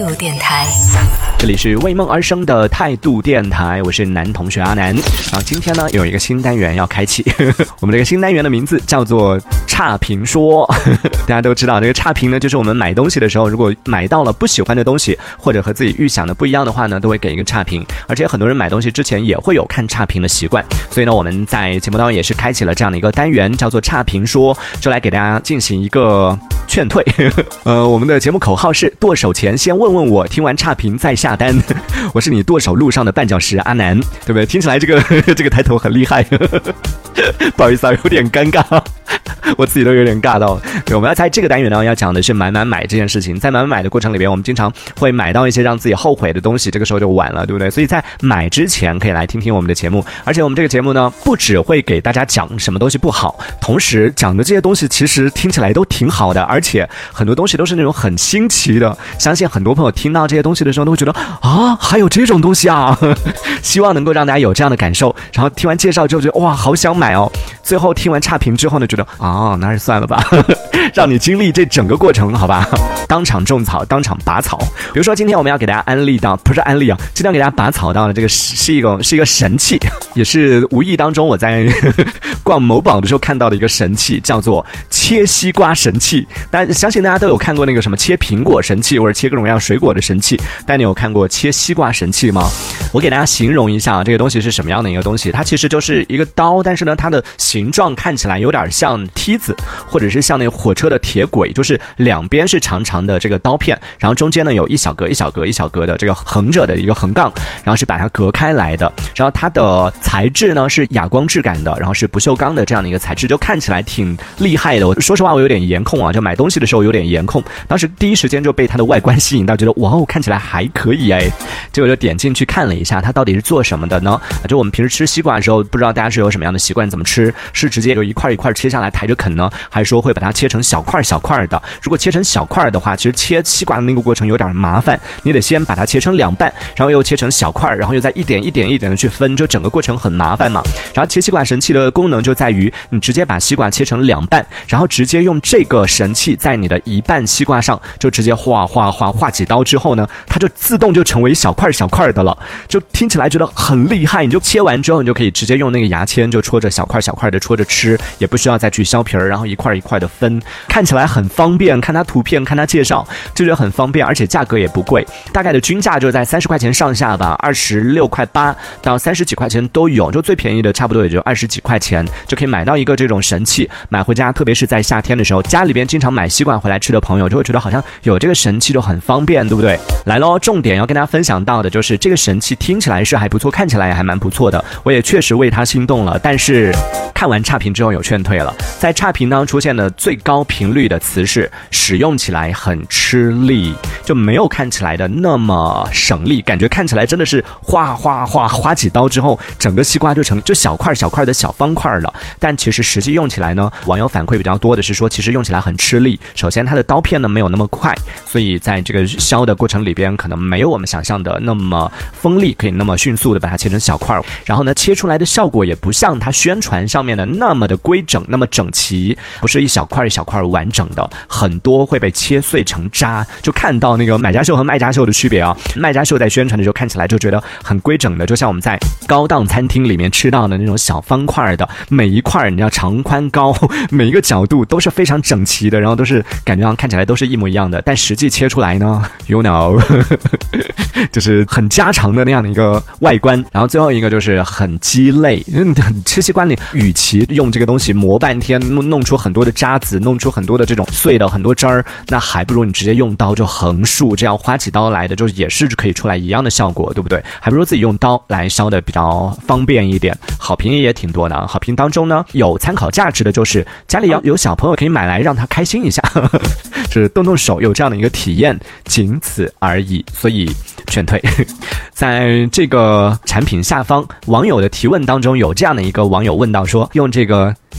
度电台， 这里是为梦而生的态度电台，我是男同学阿南。今天呢有一个新单元要开启，我们这个新单元的名字叫做差评说。大家都知道这个差评呢，就是我们买东西的时候，如果买到了不喜欢的东西，或者和自己预想的不一样的话呢，都会给一个差评。而且很多人买东西之前也会有看差评的习惯，所以呢我们在节目当中也是开启了这样的一个单元，叫做差评说，就来给大家进行一个劝退。我们的节目口号是剁手前先问问我，听完差评再下单。我是你剁手路上的绊脚石阿南，对不对？听起来这个抬头很厉害。不好意思啊，有点尴尬，我自己都有点尬到。对，我们要在这个单元呢，要讲的是买这件事情。在买的过程里边，我们经常会买到一些让自己后悔的东西，这个时候就晚了，对不对？所以在买之前可以来听听我们的节目。而且我们这个节目呢，不只会给大家讲什么东西不好，同时讲的这些东西其实听起来都挺好的，而且很多东西都是那种很新奇的。相信很多朋友听到这些东西的时候都会觉得啊，还有这种东西啊。希望能够让大家有这样的感受，然后听完介绍之后觉得哇，好想买哦。最后听完差评之后呢，觉得啊，那是算了吧。让你经历这整个过程，好吧？当场种草，当场拔草。比如说今天我们要给大家安利到，不是安利啊，今天要给大家拔草到的这个是一个神器，也是无意当中我在逛某宝的时候看到的一个神器，叫做切西瓜神器。相信大家都有看过那个什么切苹果神器，或者切各种各样水果的神器，但你有看过切西瓜神器吗？我给大家形容一下这个东西是什么样的一个东西。它其实就是一个刀，但是呢它的形状看起来有点像梯子，或者是像那个火车的铁轨，就是两边是长长的这个刀片，然后中间呢有一小格的这个横着的一个横杠，然后是把它隔开来的。然后它的材质呢是哑光质感的，然后是不锈钢的这样的一个材质，就看起来挺厉害的。我说实话，我有点颜控啊，就买东西的时候有点颜控。当时第一时间就被它的外观吸引到，觉得哇哦，看起来还可以哎。结果就点进去看了一下，它到底是做什么的呢？就我们平时吃西瓜的时候，不知道大家是有什么样的习惯，怎么吃？是直接有一块一块切下来抬着啃呢，还是说会把它切成小块的？如果切成小块的话，其实切西瓜的那个过程有点麻烦，你得先把它切成两半，然后又切成小块，然后又再一点的去分，就整个过程很麻烦嘛。然后切西瓜神器的功能就在于，你直接把西瓜切成两半，然后直接用这个神器在你的一半西瓜上就直接划几刀之后呢，它就自动就成为小块的了，就听起来觉得很厉害。你就切完之后，你就可以直接用那个牙签就戳着小块的戳着吃，也不需要再去削皮儿，然后一块的分，看起来很方便。看它图片，看它介绍，就觉得很方便，而且价格也不贵，大概的均价就在30块钱上下吧，26块8到30几块钱都有，就最便宜的差不多也就20几块钱就可以买到一个这种神器，买回家。特别是在夏天的时候，家里边经常买西瓜回来吃的朋友就会觉得好像有这个神器就很方便，对不对？来咯，重点要跟大家分享到的就是这个神器听起来是还不错，看起来也还蛮不错的，我也确实为它心动了。但是看完差评之后有劝退了。在差评当中出现的最高频率的词是使用起来很吃力，就没有看起来的那么省力，感觉看起来真的是划几刀之后，整个西瓜就成就小块的小方块了。但其实实际用起来呢，网友反馈比较多的是说，其实用起来很吃力。首先它的刀片呢没有那么快，所以在这个削的过程里边，可能没有我们想象的那么锋利，可以那么迅速的把它切成小块。然后呢，切出来的效果也不像它宣传上面的那么的规整，那么整齐，不是一小块完整的，很多会被切碎成渣。就看到那个买家秀和卖家秀的区别啊，卖家秀在宣传的时候看起来就觉得很规整的，就像我们在高档餐厅里面吃到的那种小方块的，每一块你要长宽高，每一个角度都是非常整齐的，然后都是感觉上看起来都是一模一样的，但实际切出来呢 you know 就是很家常的那样的一个外观。然后最后一个就是很鸡肋，吃西瓜你与其用这个东西磨半天，弄出很多的渣子，弄出很多的这种碎的很多汁儿，那还不如你直接用刀就横竖，这样花起刀来的就也是可以出来一样的效果，对不对？还不如自己用刀来削的比较方便一点。好评也挺多的，好评当中呢有参考价值的就是家里要有小朋友可以买来让他开心一下，是动手有这样的一个体验，仅此而已，所以劝退。在这个产品下方网友的提问当中，有这样的一个网友问到说，用这个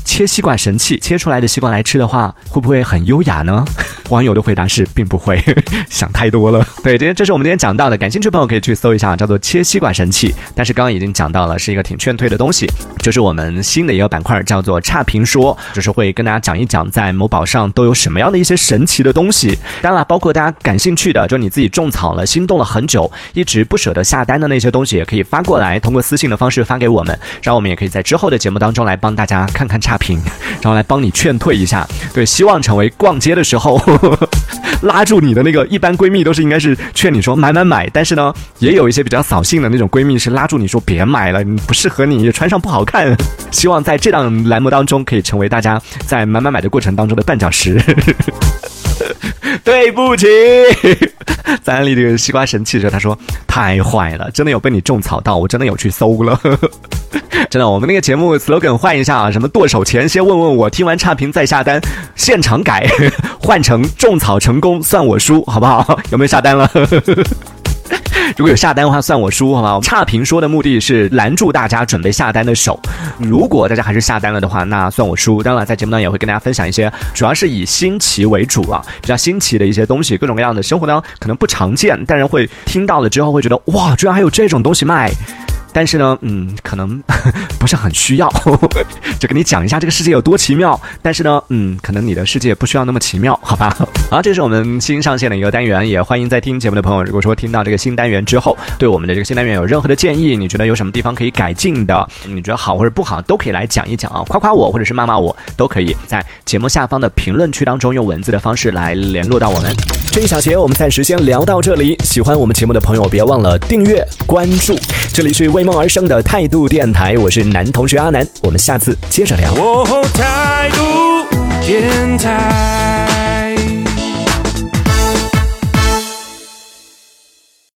切西瓜神器，切出来的西瓜来吃的话，会不会很优雅呢？网友的回答是并不会，想太多了。对，这是我们今天讲到的，感兴趣的朋友可以去搜一下，叫做切西瓜神器。但是刚刚已经讲到了，是一个挺劝退的东西，就是我们新的一个板块叫做差评说，就是会跟大家讲一讲在某宝上都有什么样的一些神奇的东西。当然了，包括大家感兴趣的，就你自己种草了，心动了很久，一直不舍得下单的那些东西，也可以发过来，通过私信的方式发给我们，然后我们也可以在之后的节目当中来帮大家看看差评，然后来帮你劝退一下。对，希望成为逛街的时候拉住你的那个，一般闺蜜都是应该是劝你说买买买，但是呢，也有一些比较扫兴的那种闺蜜是拉住你说别买了，你不适合你，穿上不好看。希望在这档栏目当中可以成为大家在买买买的过程当中的绊脚石。对不起，在安利这个西瓜神器的时候，他说太坏了，真的有被你种草到，我真的有去搜了。真的，我们那个节目 slogan 换一下啊，什么剁手前先问问我，听完差评再下单，现场改，换成种草成功算我输，好不好？有没有下单了？如果有下单的话算我输，好不好？差评说的目的是拦住大家准备下单的手，如果大家还是下单了的话，那算我输。当然在节目当中也会跟大家分享一些主要是以新奇为主啊，比较新奇的一些东西，各种各样的生活当中可能不常见，但是会听到了之后会觉得哇，居然还有这种东西卖。但是呢，可能不是很需要，就跟你讲一下这个世界有多奇妙。但是呢，可能你的世界不需要那么奇妙，好吧？好，这是我们新上线的一个单元，也欢迎在听节目的朋友，如果说听到这个新单元之后，对我们的这个新单元有任何的建议，你觉得有什么地方可以改进的，你觉得好或者不好，都可以来讲一讲啊，夸夸我或者是骂骂我，都可以在节目下方的评论区当中用文字的方式来联络到我们。这一小节我们暂时先聊到这里，喜欢我们节目的朋友别忘了订阅关注，这里是为梦而生的态度电台，我是男同学阿南，我们下次接着聊。态度电台。